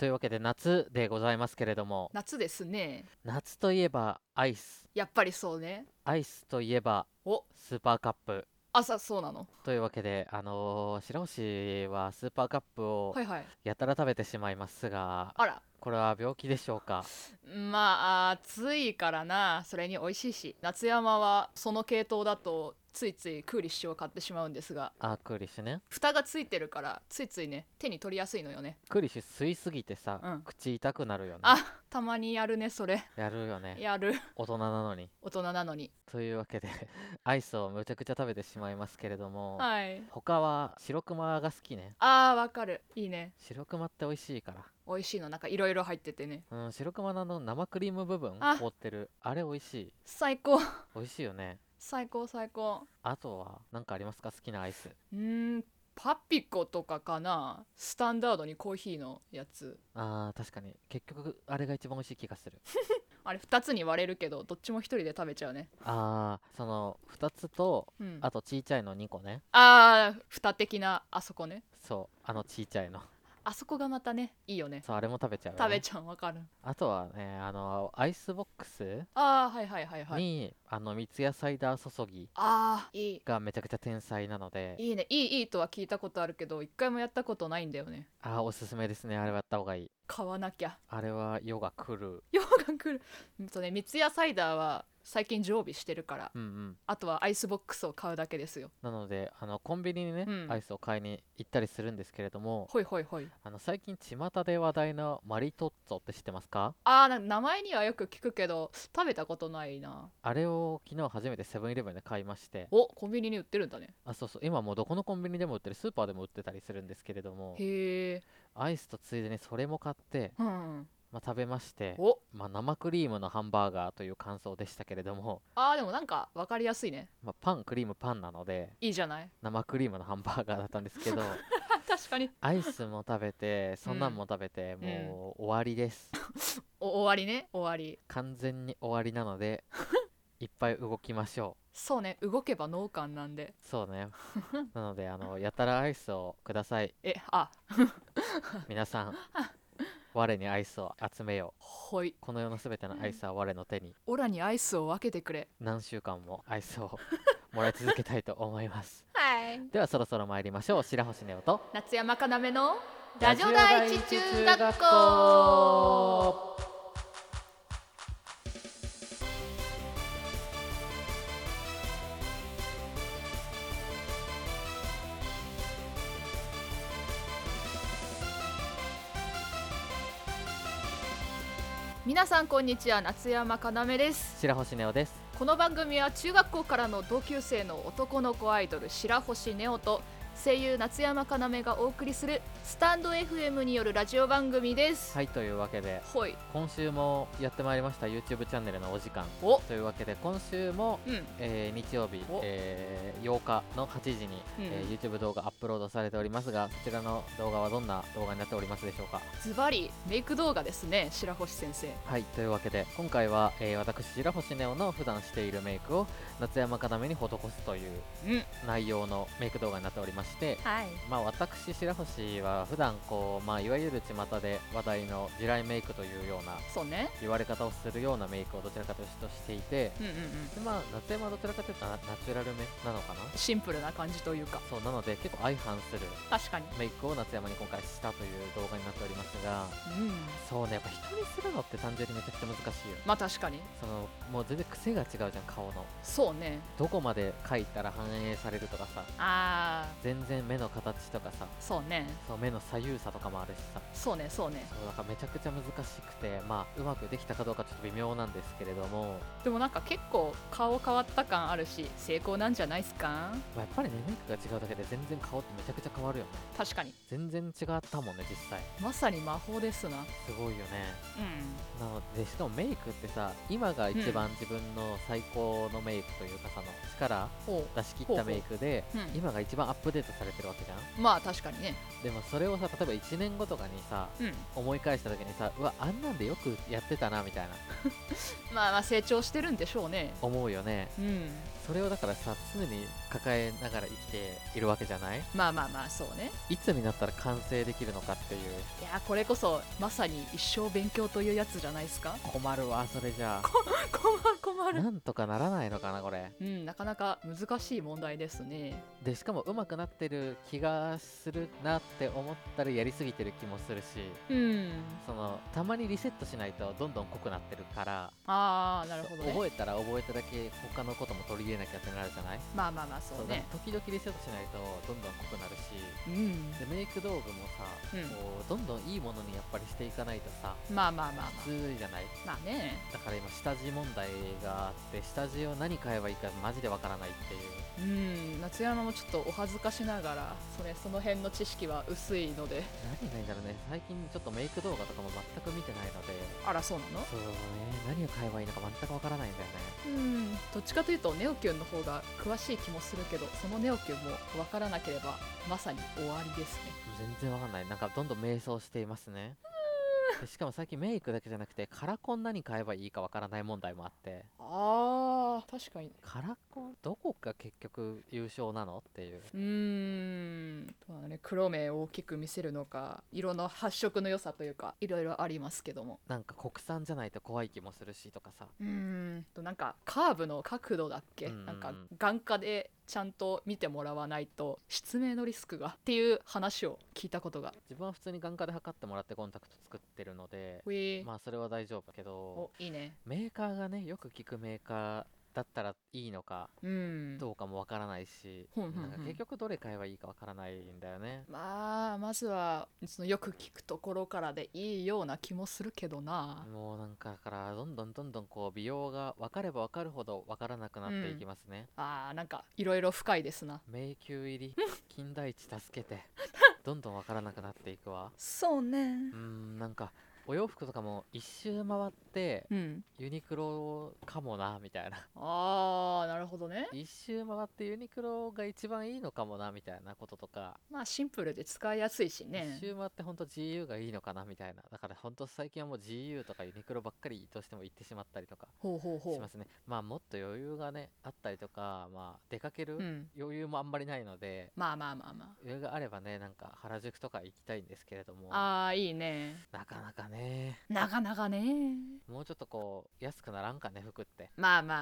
というわけで夏でございますけれども、 夏ですね。 夏といえばアイス、 やっぱりそうね。 アイスといえばお、 スーパーカップ朝そうなの。 というわけで、白星はスーパーカップをはいはい。 やたら食べてしまいますが、 あら。 これは病気でしょうか？ まあ、暑いからな。それに美味しいし。夏山はその系統だとついついクーリッシュを買ってしまうんですが、 クーリッシュね。 蓋がついてるからついついね、手に取りやすいのよね。 クーリッシュ吸いすぎてさ、 うん。 口痛くなるよね。 あ、たまにやるね、それ。 やるよね。 やる。 大人なのに。 大人なのに。 というわけでアイスをむちゃくちゃ食べてしまいますけれども、 はい。 他は白熊が好きね。 わかる。いいね。 白熊って美味しいから。 美味しいの、なんかいろいろ入っててね。 うん、白熊の生クリーム部分あ、 凍ってるあれ美味しい。 最高。 美味しいよね。 最高最高。 あとは何かありますか、好きなアイス？ パピコとかかな。スタンダードにコーヒーのやつ。 確かに結局あれが一番美味しい気がする。 あれ2つに割れるけどどっちも1人で食べちゃうね。 その2つと、 うん。 あとちいちゃいの2個ね。 蓋的なあそこね。 そうちいちゃいの。 あそこがまたねいいよね。 そう、あれも食べちゃうよね。 食べちゃう、わかる。 あとはね、アイスボックスはいはいはいはい。 に三ツ矢サイダー注ぎいい。 がめちゃくちゃ天才なので、 いいね。いいとは聞いたことあるけど一回もやったことないんだよね。 おすすめですね。あれはやった方がいい。 買わなきゃ。 あれは世が来る。 用が来る。三ツ矢サイダーは最近常備してるから、 うんうん。 あとはアイスボックスを買うだけですよ。 なのでコンビニにね、 うん。 アイスを買いに行ったりするんですけれども、 ほいほいほい。 最近巷で話題のマリトッツォって知ってますか？ なんか名前にはよく聞くけど食べたことないな。 あれを昨日初めてセブンイレブンで買いまして。 コンビニに売ってるんだね。 そうそう、今もうどこのコンビニでも売ってる、スーパーでも売ってたりするんですけれども、 へえ。 アイスとついでにそれも買って、 うん。 食べまして、 お生クリームのハンバーガーという感想でしたけれども、 でもなんか分かりやすいね。 パンクリームパンなのでいいじゃない。 生クリームのハンバーガーだったんですけど、 確かに。 アイスも食べてそんなんもうん。 食べて、 うん。 もう終わりです。 終わりね、終わり。 完全に終わりなので、いっぱい動きましょそうね、動けば脳幹なんで。 う。そうね。なのでやたらアイスをください。 え、 皆さん、我にアイスを集めよう。 ほい。 この世のすべてのアイスは我の手に。 オラにアイスを分けてくれ。 何週間もアイスをもらい続けたいと思います。 はい。 ではそろそろ参りましょう。白星ネオと夏山かなめのラジオラジオ第一第一中学中学校。 校。 皆さんこんにちは、夏山かなめです。 白星ネオです。 この番組は中学校からの同級生の男の子アイドル白星ネオと声優夏山かなめがお送りするスタンド FM によるラジオ番組です。 はい、というわけでほい。 今週もやってまいりました YouTube チャンネルのお時間おというわけで、今週も、日曜日、 お 8日の8時に、YouTube 動画アップロードされておりますが、そちらの動画はどんな動画になっておりますでしょうか？ ズバリメイク動画ですね、白星先生。 はい、というわけで今回は、私白星ネオの普段しているメイクを夏山かなめに施すという内容のメイク動画になっておりまして、 はい。 私白星は普段こう、いわゆる巷で話題の地雷メイクというようなそうね。 言われ方をするようなメイクをどちらかとしていて、で夏山はどちらかというとナチュラルめなのかな。 シンプルな感じというか。 そうなので結構相反する確かに。 メイクを夏山に今回したという動画になっておりますが、 うん。 そうね、やっぱ人にするのって単純にめちゃくちゃ難しいよ。 まあ確かに。 もう全然癖が違うじゃん、顔のそうね。 どこまで描いたら反映されるとかさ、全然目の形とかさ、 そうね。 そう目の左右差とかもあるしさ、 そうね。そうね。 そうだからめちゃくちゃ難しくて、うまくできたかどうかちょっと微妙なんですけれども、 でもなんか結構顔変わった感あるし成功なんじゃないっすか。 やっぱりね、メイクが違うだけで全然顔ってめちゃくちゃ変わるよね。 確かに。 全然違ったもんね、実際。 まさに魔法ですな。 すごいよね。 うなので、しかもメイクってさ、今が一番自分の最高のメイクというかさ、力ほ出し切ったメイクで、 ほうほううん今が一番アップデートされてるわけじゃん。 まあ確かにね。 でもそれをさ、例えば1年後とかにさ、思い返した時にさ、うわ、あんなんでよくやってたなみたいなまあ成長してるんでしょうね。 思うよね。 それをだからさ、常に抱えながら生きているわけじゃない。 まあまあまあ、そうね。 いつになったら完成できるのかっていう。 いやこれこそまさに一生勉強というやつじゃないですか。 困るわ、それじゃあ。 困る。 なんとかならないのかな、これ。 なかなか難しい問題ですね。 で、しかも上手くなってる気がするなって思ったらやりすぎてる気もするし、たまにリセットしないとどんどん濃くなってるから、 ああ、なるほどね。 覚えたら覚えただけ他のことも取り入れなきゃってなるじゃない。 まあまあまあ、そうね。 時々リセットしないとどんどん濃くなるし、でメイク道具もさ、こうどんどんいいものにやっぱりしていかないとさ、 まあまあまあまあ、 普通じゃない。 まあね。 だから今下地問題があって、下地を何買えばいいかマジでわからないっていう。 夏山もちょっとお恥ずかしながらその辺の知識は薄いので。 何がいいんだろうね。最近ちょっとメイク動画とかも全く見てないので。 あら、そうなの。 そうね、何を買えばいいのか全くわからないんだよね。どっちかというとネオキュンの方が詳しい気もするけど、そのネオキュンもわからなければまさに終わりですね。 全然わかんない。なんかどんどん迷走していますね。しかも最近メイクだけじゃなくてカラコン何買えばいいかわからない問題もあって。 あー、確かに。 カラコンどこが結局優勝なのっていう。 そうだね、黒目を大きく見せるのか、色の発色の良さというか、いろいろありますけども、 なんか国産じゃないと怖い気もするしとかさ。 なんかカーブの角度だっけ、なんか眼科でちゃんと見てもらわないと失明のリスクがっていう話を聞いたことが。 自分は普通に眼科で測ってもらってコンタクト作ってるので、まあそれは大丈夫だけど、 いいね。 メーカーがね、よく聞くメーカーだったらいいのかどうかもわからないし、なんか結局どれ買えばいいかわからないんだよね。 まずはそのよく聞くところからでいいような気もするけどな。 もうなんかだからどんどんこう美容が分かれば分かるほど分からなくなっていきますね。 なんかいろいろ深いですな。 迷宮入り金田一助けてどんどん分からなくなっていくわ。 そうね。 なんかお洋服とかも一周回って、ユニクロかもなみたいな。 なるほどね。 一周回ってユニクロが一番いいのかもなみたいなこととか。 まあシンプルで使いやすいしね。 一周回ってほんと GU がいいのかなみたいな。だからほんと最近はもう GU とかユニクロばっかりとしても行ってしまったりとかしますね。まあもっと余裕がねあったりとか、まあ出かける余裕もあんまりないので、 まあ余裕があればね、なんか原宿とか行きたいんですけれども、 いいね。 なかなかね。もうちょっとこう安くならんかね、服って。 まあ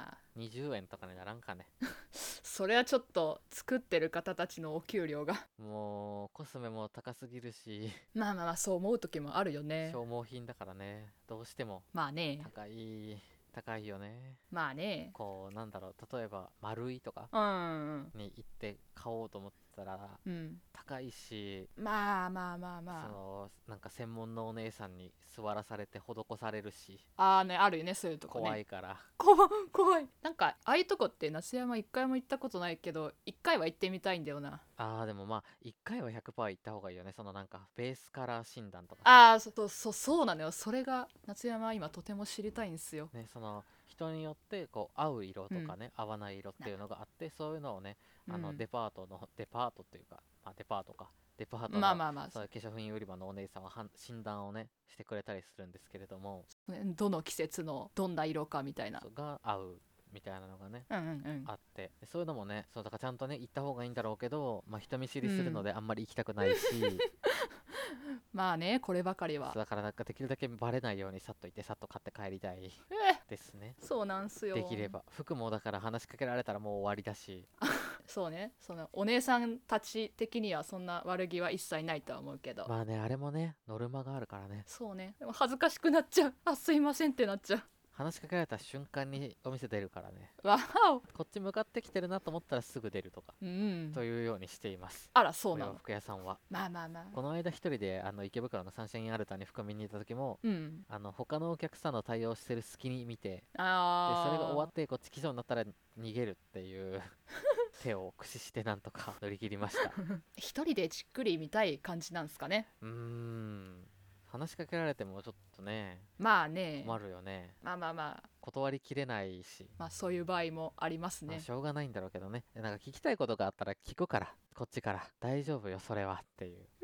20円とかにならんかね。 それはちょっと作ってる方たちのお給料がもうコスメも高すぎるし、 まあそう思う時もあるよね。 消耗品だからね、どうしても高いよね。こうなんだろう、例えば丸いとかに行って買おうと思ったら高いし、 まあそのなんか専門のお姉さんに座らされて施されるし、 あるよね、そういうとこね。 怖いから怖い。なんかああいうとこって夏山一回も行ったことないけど、一回は行ってみたいんだよな。 でもまあ1回は 100% 行った方がいいよね。そのなんかベースカラー診断とか。 そうなのよ。それが夏山今とても知りたいんですよね。その人によってこう合う色とかね、合わない色っていうのがあって、そういうのをね、デパートっていうか、デパートのそういう化粧品売り場のお姉さんは診断をねしてくれたりするんですけれども、 どの季節のどんな色かみたいなが合うみたいなのがね、あって、そういうのもね、そうだからちゃんとね行った方がいいんだろうけど、人見知りするのであんまり行きたくないし、 まあね、こればかりはだからなんかできるだけバレないようにさっと行ってさっと買って帰りたいですね。 そうなんすよ。 できれば服もだから話しかけられたらもう終わりだしそうね、そのお姉さんたち的にはそんな悪気は一切ないとは思うけど、 まあね、あれもねノルマがあるからね。 そうね、でも恥ずかしくなっちゃう。すいませんってなっちゃう。 話しかけられた瞬間にお店出るからね。 わお。 こっち向かってきてるなと思ったらすぐ出るとか、というようにしています。 そうなの。 お洋服屋さんはまあこの間一人で池袋のサンシャインアルタに服見に行った時も、他のお客さんの対応してる隙に見て、でそれが終わってこっち来そうになったら逃げるっていう手を駆使してなんとか乗り切りました一人でじっくり見たい感じなんですかね。 話しかけられてもちょっとね、 困るよね。 断りきれないし、 そういう場合もありますね。 しょうがないんだろうけどね。なんか聞きたいことがあったら聞くから、こっちから大丈夫よそれはっていう。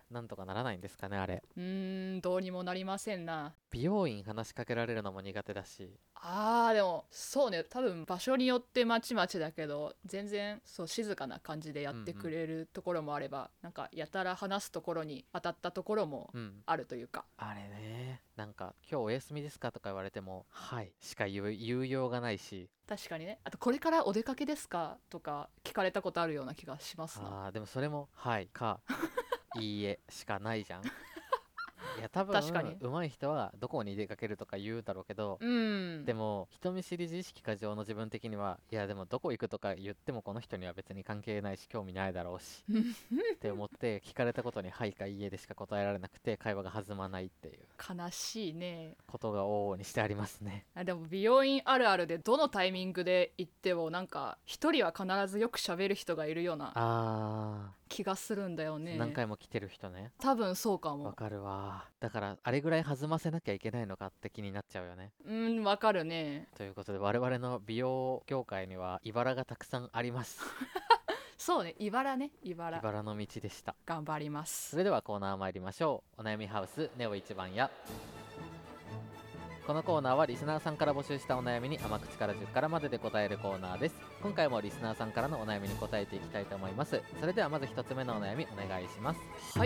なんとかならないんですかねあれ。 どうにもなりませんな。 美容院話しかけられるのも苦手だし。 でもそうね、多分場所によってまちまちだけど、全然そう静かな感じでやってくれるところもあれば、なんかやたら話すところに当たったところもあるというか、 あれね、なんか今日お休みですかとか言われてもはいしか言うようがないし。 確かにね。あとこれからお出かけですかとか聞かれたことあるような気がしますな。 でもそれもはいかいいえしかないじゃん。いや多分確かに上手い人はどこに出かけるとか言うだろうけど、でも人見知り自意識過剰の自分的にはいやでもどこ行くとか言ってもこの人には別に関係ないし興味ないだろうしって思って聞かれたことにはいかいいえでしか答えられなくて会話が弾まないっていう悲しいね。 ことが往々にしてありますね。 でも美容院あるあるで、どのタイミングで行ってもなんか一人は必ずよく喋る人がいるような気がするんだよね。 何回も来てる人ね。 多分そうかも。 わかるわ。だからあれぐらい弾ませなきゃいけないのかって気になっちゃうよね。 わかるね。 ということで我々の美容業界には茨がたくさんありますそうね、茨ね、茨の道でした。 頑張ります。 それではコーナー参りましょう。お悩みハウスネオ一番屋。このコーナーはリスナーさんから募集したお悩みに甘口から10からまでで答えるコーナーです。今回もリスナーさんからのお悩みに答えていきたいと思います。それではまず1つ目のお悩みお願いします。 はい、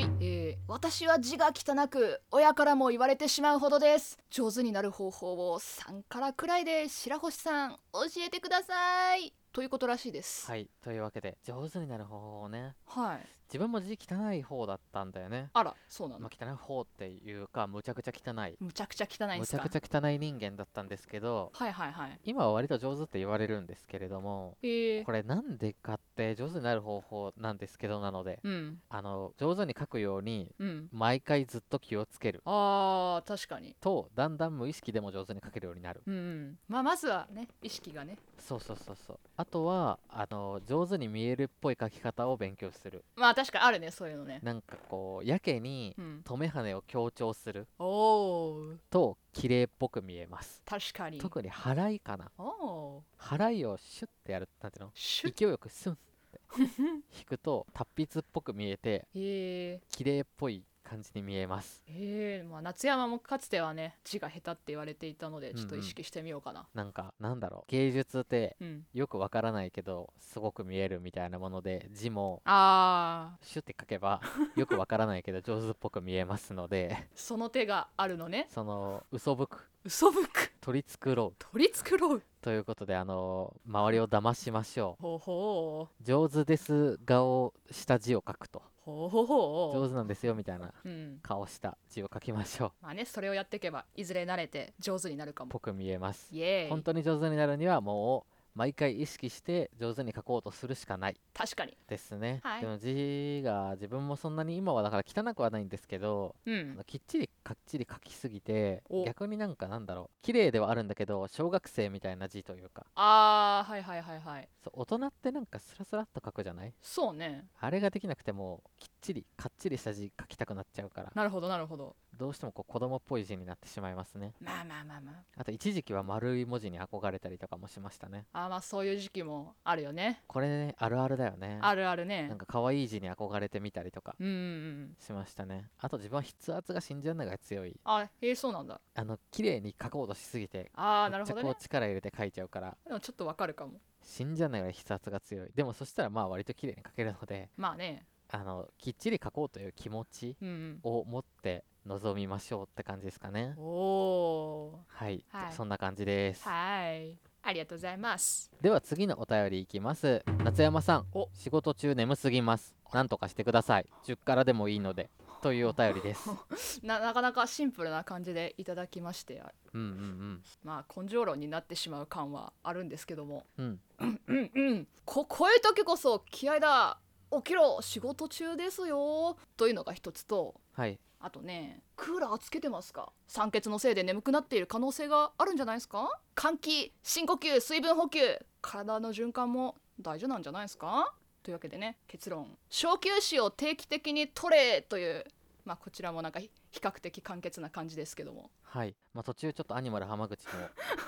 私は字が汚く親からも言われてしまうほどです。上手になる方法を3からくらいで白星さん教えてくださいということらしいです。 はい、というわけで上手になる方法をね、 はい、 自分も字汚い方だったんだよね。 あら、そうなの。 汚い方っていうかむちゃくちゃ汚いむちゃくちゃ汚いんですか。 むちゃくちゃ汚い人間だったんですけど、 はいはいはい。 今は割と上手って言われるんですけれども、これなんでかって上手になる方法なんですけどなので、上手に書くように毎回ずっと気をつける、 確かにとだんだん無意識でも上手に書けるようになる。 まずはね、意識がね。 そうあとは上手に見えるっぽい書き方を勉強する。 確かにあるね、そういうのね。 なんかこうやけに留め羽を強調すると綺麗っぽく見えます。 確かに。 特に払いかな。払いをシュッてやる、なんていうの、勢いよくスンって引くと達筆っぽく見えて綺麗っぽい感じに見えます。 夏山もかつてはね字が下手って言われていたので、ちょっと意識してみようかな。 なんだろう、芸術ってよくわからないけどすごく見えるみたいなもので、字もシュッて書けばよくわからないけど上手っぽく見えますのでその手があるのね。 嘘吹く取り繕うということで周りを騙しましょう。上手です顔した字を書くと、上手なんですよみたいな顔した字を書きましょう。 それをやっていけばいずれ慣れて上手になるかも。 ぽく見えます。本当に上手になるにはもう毎回意識して上手に書こうとするしかない。 確かにですね、でも字が自分もそんなに今はだから汚くはないんですけど、きっちりかっちり書きすぎて逆になんだろう、綺麗ではあるんだけど小学生みたいな字というか、大人ってなんかスラスラっと書くじゃない。 そうね。 あれができなくてもきっちりかっちりした字書きたくなっちゃうから。 なるほどどうしても子供っぽい字になってしまいますね。あと一時期は丸い文字に憧れたりとかもしましたね。 そういう時期もあるよね。 これね、あるあるだよね。 あるあるね。 なんか可愛い字に憧れてみたりとかしましたね。あと自分は筆圧が信じられないが強い。 そうなんだ。 綺麗に書こうとしすぎてなるほどね。 めっちゃ力入れて書いちゃうから。 でもちょっとわかるかも。 信じられないぐらい筆圧が強い。でもそしたら割と綺麗に書けるので、きっちり書こうという気持ちを持って臨みましょうって感じですかね。はい、そんな感じです。 ありがとうございます。 では次のお便りいきます。夏山さん、仕事中眠すぎます、なんとかしてください、10からでもいいので、というお便りですなかなかシンプルな感じでいただきまして、根性論になってしまう感はあるんですけども、こういう時こそ気合だ、起きろ、仕事中ですよというのが一つと、あとね、クーラーつけてますか？酸欠のせいで眠くなっている可能性があるんじゃないですか？換気、深呼吸、水分補給、体の循環も大事なんじゃないですか？というわけでね、結論、小休止を定期的に取れという、こちらもなんか比較的簡潔な感じですけども、 途中ちょっとアニマル浜口の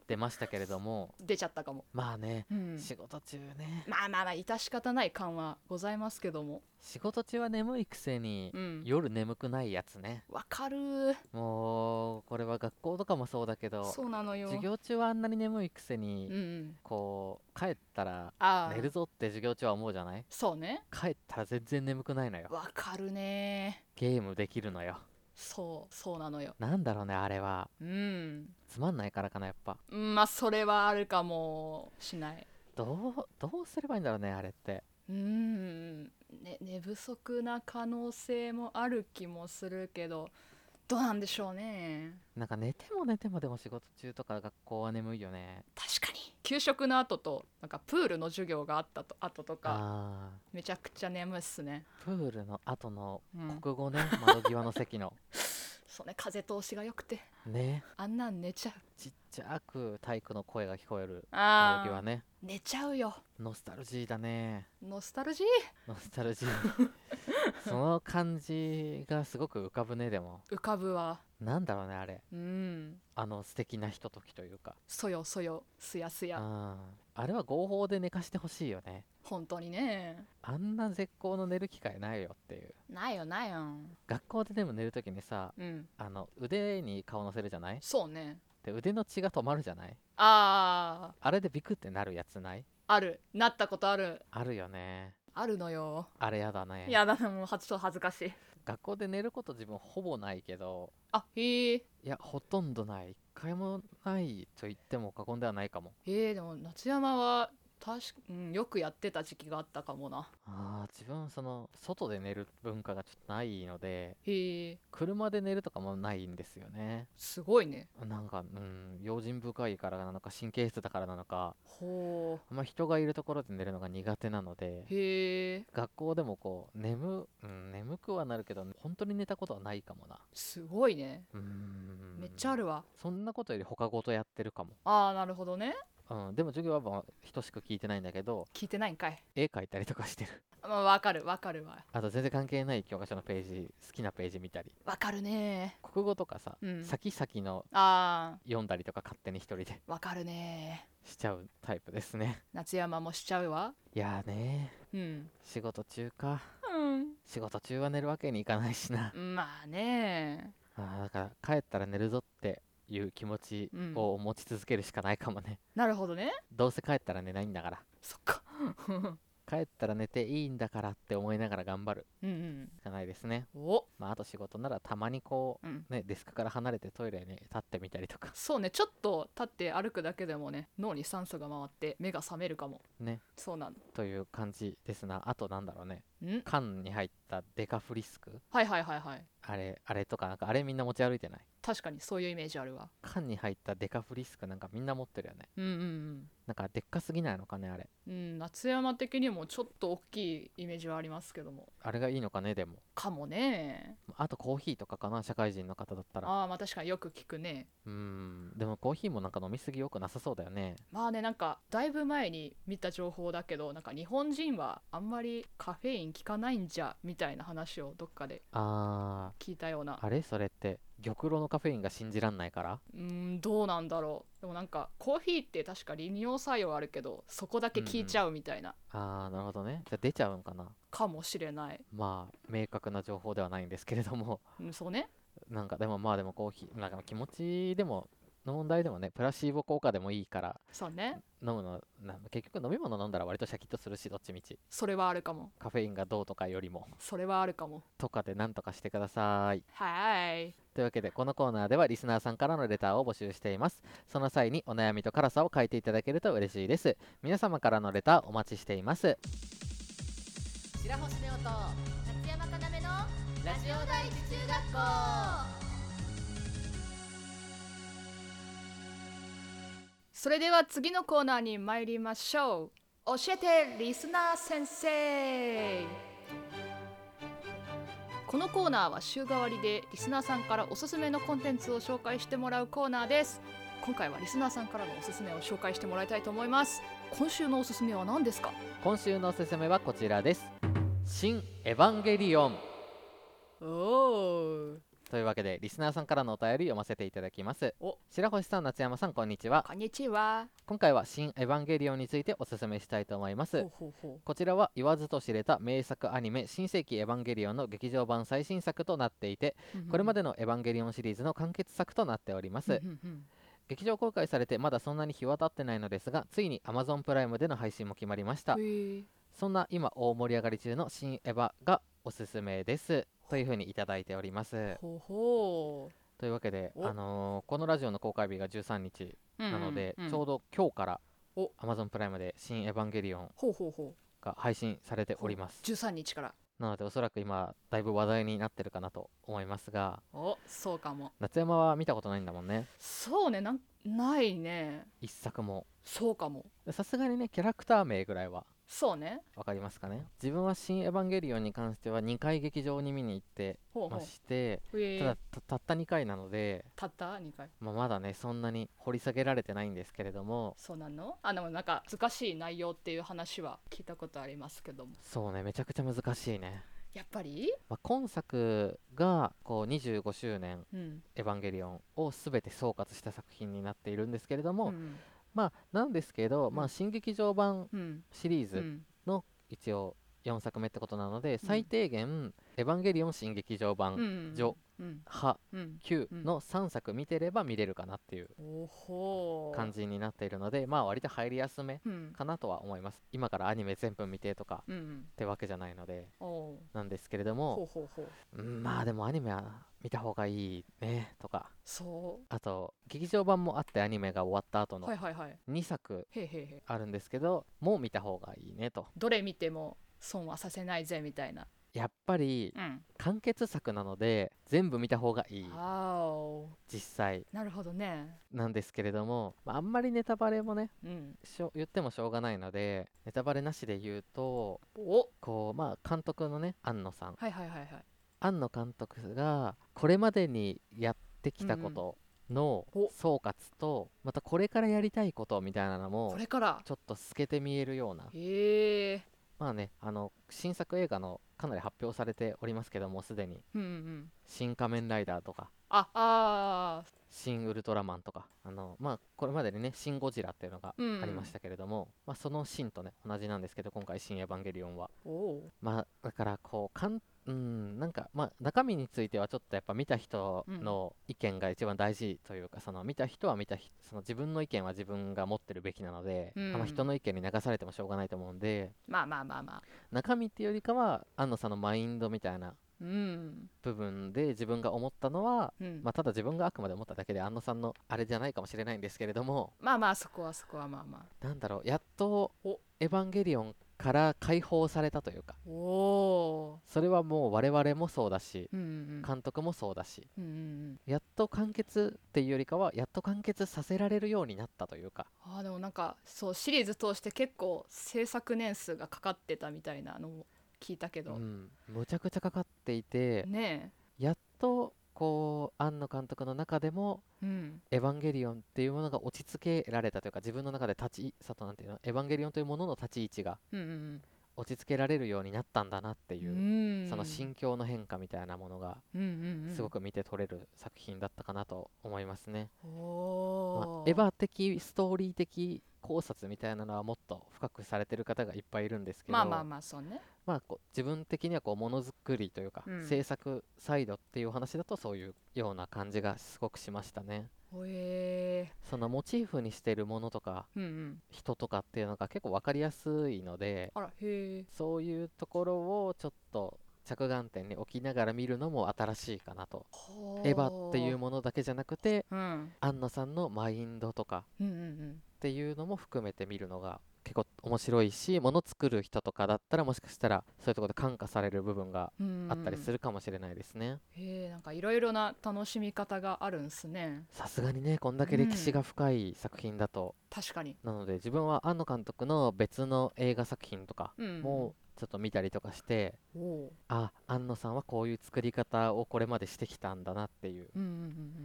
出ましたけれども出ちゃったかも。 まあね、仕事中ね、 まあ致し方ない感はございますけども、 仕事中は眠いくせに、夜眠くないやつね。 わかる。 もうこれは学校とかもそうだけど、 そうなのよ。 授業中はあんなに眠いくせに、こう帰ったら寝るぞって授業中は思うじゃない。 そうね。 帰ったら全然眠くないのよ。 わかるね。 ゲームできるのよ。 そうなのよ。 なんだろうね、あれは。つまんないからかな、やっぱ。 まあそれはあるかもしない。 どうすればいいんだろうね、あれって。 寝不足な可能性もある気もするけど、どうなんでしょうね。 なんか寝てもでも仕事中とか学校は眠いよね。 確かに給食の後となんかプールの授業があった後とかめちゃくちゃ眠いっすね。 プールの後の国語ね、窓際の席のそうね、風通しが良くてね、 あんなん寝ちゃう。 ちっちゃく体育の声が聞こえる窓際ね、 寝ちゃうよ。 ノスタルジーだね。 ノスタルジーその感じがすごく浮かぶね。でも浮かぶわ。 なんだろうね、あれ。素敵なひとときというか、 そよすやすや。 あれは合法で寝かしてほしいよね。 本当にね。 あんな絶好の寝る機会ないよっていう。 ないよ。 学校ででも寝るときにさ、腕に顔乗せるじゃない。 そうね。 で腕の血が止まるじゃない。 あれでビクってなるやつない？ ある。なったことある。 あるよね。 あるのよ。 あれやだね。 やだな、もう恥ずかしい。 学校で寝ること自分ほぼないけど、 へえ。 いやほとんどない、一回もないと言っても過言ではないかも。 でも夏山はよくやってた時期があったかもな。 自分その外で寝る文化がちょっとないので、 へえ。 車で寝るとかもないんですよね。 すごいね。 なんか用心深いからなのか神経質だからなのか、人がいるところで寝るのが苦手なので、学校でもこう眠くはなるけど本当に寝たことはないかもな。 すごいね。めっちゃあるわ。 そんなことより他ごとやってるかも。 なるほどね。 でも授業は等しく聞いてないんだけど。 聞いてないんかい。 絵描いたりとかしてる。 わかるわ。 あと全然関係ない教科書のページ、好きなページ見たり。 わかるね。 国語とかさ、先々の読んだりとか勝手に一人で。 わかるね。 しちゃうタイプですね。 夏山もしちゃうわ。 いやね、仕事中か。仕事中は寝るわけにいかないしな。 まあね。 だから帰ったら寝るぞっていう気持ちを持ち続けるしかないかもね。 なるほどね。 どうせ帰ったら寝ないんだから。 そっか帰ったら寝ていいんだからって思いながら頑張るしかないですね。あと仕事ならたまにこう、デスクから離れてトイレに立ってみたりとか。 そうね、ちょっと立って歩くだけでもね、脳に酸素が回って目が覚めるかもね。 そうなのという感じですな。あとなんだろうね、缶に入ったデカフリスク。 はいあれとかなんかあれみんな持ち歩いてない？ 確かにそういうイメージあるわ。 缶に入ったデカフリスクなんかみんな持ってるよね。なんかでっかすぎないのかねあれ。 夏山的にもちょっと大きいイメージはありますけども。 あれがいいのかね。でもかもね。 あとコーヒーとかかな、社会人の方だったら。 まあ確かによく聞くね。 でもコーヒーもなんか飲みすぎよくなさそうだよね。 まあね、なんかだいぶ前に見た情報だけど、なんか日本人はあんまりカフェイン効かないんじゃみたいな話をどっかで聞いたような。 あれそれって玉露のカフェインが信じらんないから？ どうなんだろう。でもなんかコーヒーって確か利尿作用あるけどそこだけ効いちゃうみたいな。 なるほどね。じゃあ出ちゃうんかな。 かもしれない。 まあ明確な情報ではないんですけれどもそうね。 なんかでもコーヒーなんか気持ちでもの問題でもね、プラシーボ効果でもいいから。 そうね。 飲むの結局飲み物飲んだら割とシャキッとするし、どっちみち。 それはあるかも。 カフェインがどうとかよりも。 それはあるかも。 とかでなんとかしてください。 はい。 というわけでこのコーナーではリスナーさんからのレターを募集しています。その際にお悩みと辛さを書いていただけると嬉しいです。皆様からのレターお待ちしています。 白星ネオと夏山かなめのラジオ第一中学校。 それでは次のコーナーに参りましょう。教えてリスナー先生。このコーナーは週替わりでリスナーさんからおすすめのコンテンツを紹介してもらうコーナーです。今回はリスナーさんからのおすすめを紹介してもらいたいと思います。今週のおすすめは何ですか？ 今週のおすすめはこちらです。新エヴァンゲリオン。 というわけでリスナーさんからのお便り読ませていただきます。白星さん、夏山さん、こんにちは。 こんにちは。 今回は新エヴァンゲリオンについてお勧めしたいと思います。こちらは言わずと知れた名作アニメ新世紀エヴァンゲリオンの劇場版最新作となっていて、これまでのエヴァンゲリオンシリーズの完結作となっております。劇場公開されてまだそんなに日は経ってないのですが、ついに Amazon プライムでの配信も決まりました。そんな今大盛り上がり中の新エヴァがおすすめですというふうにいただいております。というわけで、このラジオの公開日が13日なので、ちょうど今日から Amazon プライムで新エヴァンゲリオンが配信されております。 13日からなのでおそらく今だいぶ話題になってるかなと思いますが、 そうかも。 夏山は見たことないんだもんね。 そうね、ないね、 一作も。 そうかも。さすがにね、キャラクター名ぐらいはそうね、 わかりますかね。自分は新エヴァンゲリオンに関しては2回劇場に見に行ってまして、たった2回なので、 たった2回、 まだねそんなに掘り下げられてないんですけれども。 そうなの？でもなんか難しい内容っていう話は聞いたことありますけども。 そうね、めちゃくちゃ難しいね、 やっぱり。 今作がこう25周年エヴァンゲリオンを全て総括した作品になっているんですけれども、なんですけど、新劇場版シリーズの一応4作目ってことなので、最低限エヴァンゲリオン新劇場版ジョハ Q の3作見てれば見れるかなっていう感じになっているので、割と入りやすめかなとは思います。今からアニメ全部見てとかってわけじゃないのでなんですけれども、でもアニメは見た方がいいねとか、あと劇場版もあってアニメが終わった後の2作あるんですけど、もう見た方がいいねと。 どれ見ても損はさせないぜみたいな。 やっぱり完結作なので全部見た方がいい、実際。 なるほどね。 なんですけれども、あんまりネタバレもね、言ってもしょうがないので、ネタバレなしで言うと、こう監督のね、庵野さん、庵野監督がこれまでにやってきたことの総括と、またこれからやりたいことみたいなのもちょっと透けて見えるような。新作映画のかなり発表されておりますけども、すでに、新仮面ライダーとか新ウルトラマンとか、これまでにね、シン・ゴジラっていうのがありましたけれども、そのシンとね同じなんですけど、今回新エヴァンゲリオンはだからこうなんか中身についてはちょっとやっぱ見た人の意見が一番大事というか、その見た人はその自分の意見は自分が持ってるべきなので、人の意見に流されてもしょうがないと思うんで、中身っていうよりかは庵野さんのマインドみたいな部分で自分が思ったのは、ただ自分があくまで思っただけで庵野さんのあれじゃないかもしれないんですけれども、 そこはなんだろう、やっとエヴァンゲリオンから解放されたというか、それはもう我々もそうだし、監督もそうだし、やっと完結っていうよりかはやっと完結させられるようになったというか。 でもなんかそう、シリーズ通して結構制作年数がかかってたみたいなのも聞いたけど、 むちゃくちゃかかっていて、やっとこう庵野監督の中でも、エヴァンゲリオンっていうものが落ち着けられたというか、自分の中でなんていうの、エヴァンゲリオンというものの立ち位置が落ち着けられるようになったんだなっていう、その心境の変化みたいなものがすごく見て取れる作品だったかなと思いますね。エヴァ的ストーリー的考察みたいなのはもっと深くされてる方がいっぱいいるんですけど、 そうね、 自分的にはこうものづくりというか、制作サイドっていう話だとそういうような感じがすごくしましたね。そのモチーフにしているものとか、人とかっていうのが結構分かりやすいので、そういうところをちょっと着眼点に置きながら見るのも新しいかなと。エヴァっていうものだけじゃなくて、庵野さんのマインドとかっていうのも含めて見るのが結構面白いし、もの作る人とかだったらもしかしたらそういうところで感化される部分があったりするかもしれないですね。 なんかいろいろな楽しみ方があるんすね。 さすがにね、こんだけ歴史が深い作品だと、 確かに。 なので自分は庵野監督の別の映画作品とかもちょっと見たりとかして、庵野さんはこういう作り方をこれまでしてきたんだなっていう、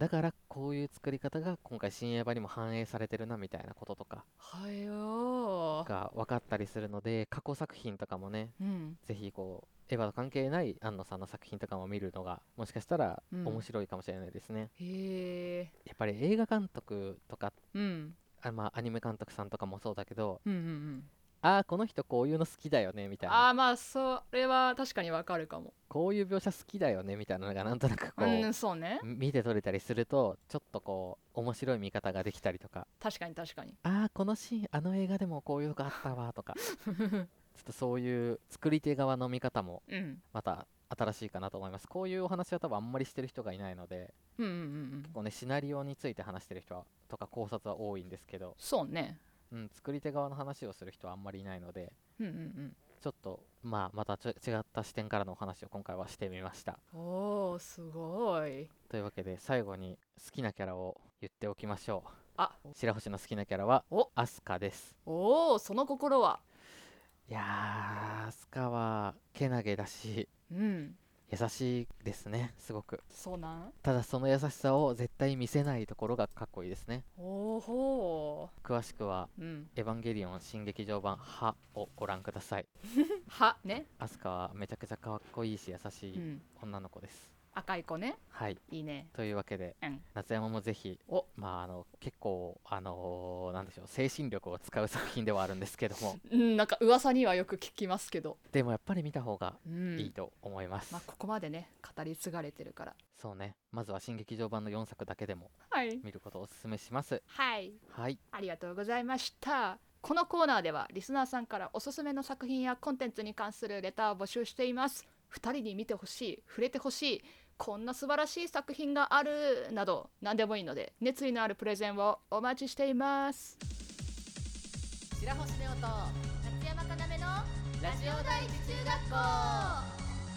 だからこういう作り方が今回新エヴァにも反映されてるなみたいなこととかはいよが分かったりするので、過去作品とかもね、ぜひこうエヴァと関係ない庵野さんの作品とかも見るのがもしかしたら面白いかもしれないですね。 へえ。 やっぱり映画監督とか、まあアニメ監督さんとかもそうだけど、ああこの人こういうの好きだよねみたいな、 まあそれは確かにわかるかも。 こういう描写好きだよねみたいなのがなんとなくこう、 そうね、 見て取れたりするとちょっとこう面白い見方ができたりとか、 確かに確かに、 ああこのシーンあの映画でもこういうのがあったわとかちょっとそういう作り手側の見方もまた新しいかなと思います。こういうお話は多分あんまりしてる人がいないので、結構ねシナリオについて話してる人はとか考察は多いんですけど、 そうね、 作り手側の話をする人はあんまりいないので、ちょっとまた違った視点からのお話を今回はしてみました。 おーすごい。 というわけで最後に好きなキャラを言っておきましょう。白星の好きなキャラはアスカです。 おお、その心は。 いやーアスカはけなげだし、優しいですね、すごく。 そうなん。 ただその優しさを絶対見せないところがかっこいいですね。 おほー。詳しくは、エヴァンゲリオン新劇場版ハをご覧ください。 ハね。 アスカはめちゃくちゃかっこいいし優しい女の子です。 赤い子ね。 はい、 いいね。 というわけで、夏山もぜひ、結構なんでしょう、精神力を使う作品ではあるんですけども、 なんか噂にはよく聞きますけど、 でもやっぱり見た方がいいと思います。 ここまでね語り継がれてるから。 そうね、まずは新劇場版の4作だけでも見ることをおすすめします。 はい、ありがとうございました。このコーナーではリスナーさんからおすすめの作品やコンテンツに関するレターを募集しています。2人に見てほしい、触れてほしい、こんな素晴らしい作品があるなど何でもいいので熱意のあるプレゼンをお待ちしています。 白星ネオと夏山かなめのラジオ第一中学校。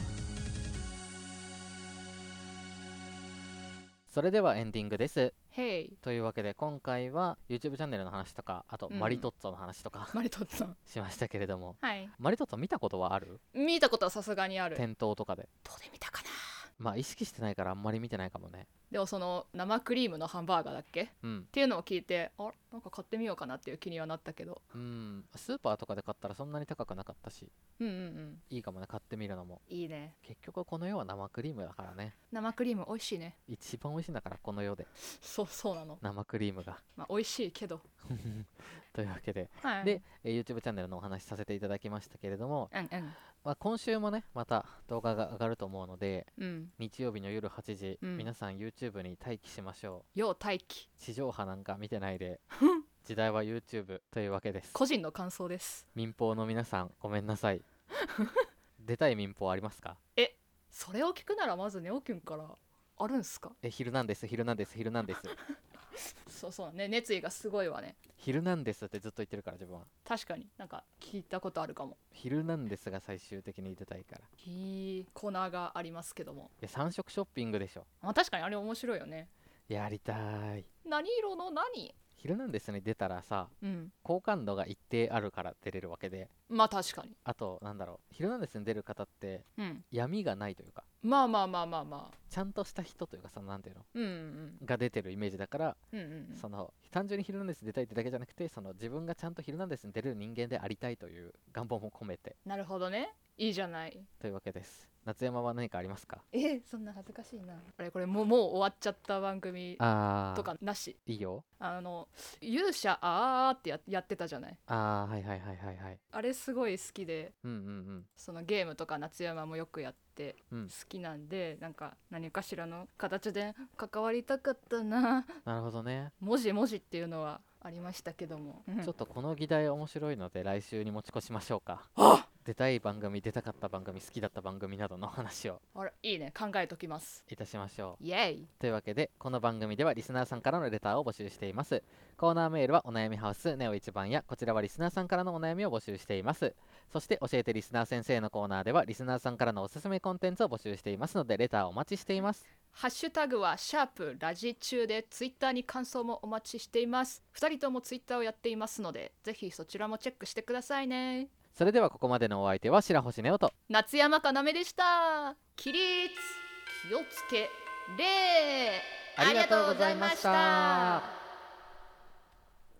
それではエンディングです。 Hey. というわけで今回は YouTube チャンネルの話とか、あとマリトッツォの話とか、 マリトッツォしましたけれども、 はい、 マリトッツォ見たことはある？ 見たことはさすがにある。 店頭とかで。 どうで見たかな。 意識してないからあんまり見てないかもね。 でもその生クリームのハンバーガーだっけ、っていうのを聞いてなんか買ってみようかなっていう気にはなったけど、 スーパーとかで買ったらそんなに高くなかったし、いいかもね、買ってみるのも。 いいね。 結局この世は生クリームだからね。 生クリーム美味しいね。 一番美味しいんだからこの世で。 そうなの。 生クリームが美味しいけどというわけで、で YouTube チャンネルのお話しさせていただきましたけれども、今週もねまた動画が上がると思うので、日曜日の夜8時、皆さん YouTube に待機しましょう。 待機。 地上波なんか見てないで時代は YouTube というわけです。 個人の感想です。 民放の皆さんごめんなさい出たい民放ありますか？ それを聞くならまずネオキュンからあるんすか？ ヒルナンデスそうね、熱意がすごいわね。 ヒルナンデスってずっと言ってるから自分は。 確かになんか聞いたことあるかも。 ヒルナンデスが最終的に出たいから。 コーナーがありますけども。 3色ショッピングでしょ。 確かにあれ面白いよね。 やりたい。 何色の何？ ヒルナンデスに出たらさ、好感度が一定あるから出れるわけで、 確かに。 あとなんだろう、ヒルナンデスに出る方って、闇がないというか、 ちゃんとした人というか、そのなんていうの、が出てるイメージだから、その単純にヒルナンデスに出たいってだけじゃなくて、その自分がちゃんとヒルナンデスに出れる人間でありたいという願望も込めて。 なるほどね、いいじゃない。 というわけです。夏山は何かありますか？ そんな恥ずかしいな。これもう終わっちゃった番組とかなし？ いいよ。 勇者ってやってたじゃない。 はいあれすごい好きで、そのゲームとか夏山もよくやって好きなんで、なんか何かしらの形で関わりたかったな。 なるほどね。 文字っていうのはありましたけども、 ちょっとこの議題面白いので来週に持ち越しましょうか。出たい番組、出たかった番組、好きだった番組などの話をいいね、考えときます。 いたしましょう。 イエイ。 というわけでこの番組ではリスナーさんからのレターを募集しています。コーナーメールはお悩みハウスネオ一番や、こちらはリスナーさんからのお悩みを募集しています。そして教えてリスナー先生のコーナーではリスナーさんからのおすすめコンテンツを募集していますので、レターお待ちしています。 ハッシュタグはシャープラジ中でツイッターに感想もお待ちしています。2人ともツイッターをやっていますので、ぜひそちらもチェックしてくださいね。 それではここまでのお相手は白星ネオと夏山かなめでした。起立、気をつけ、礼。 ありがとうございました。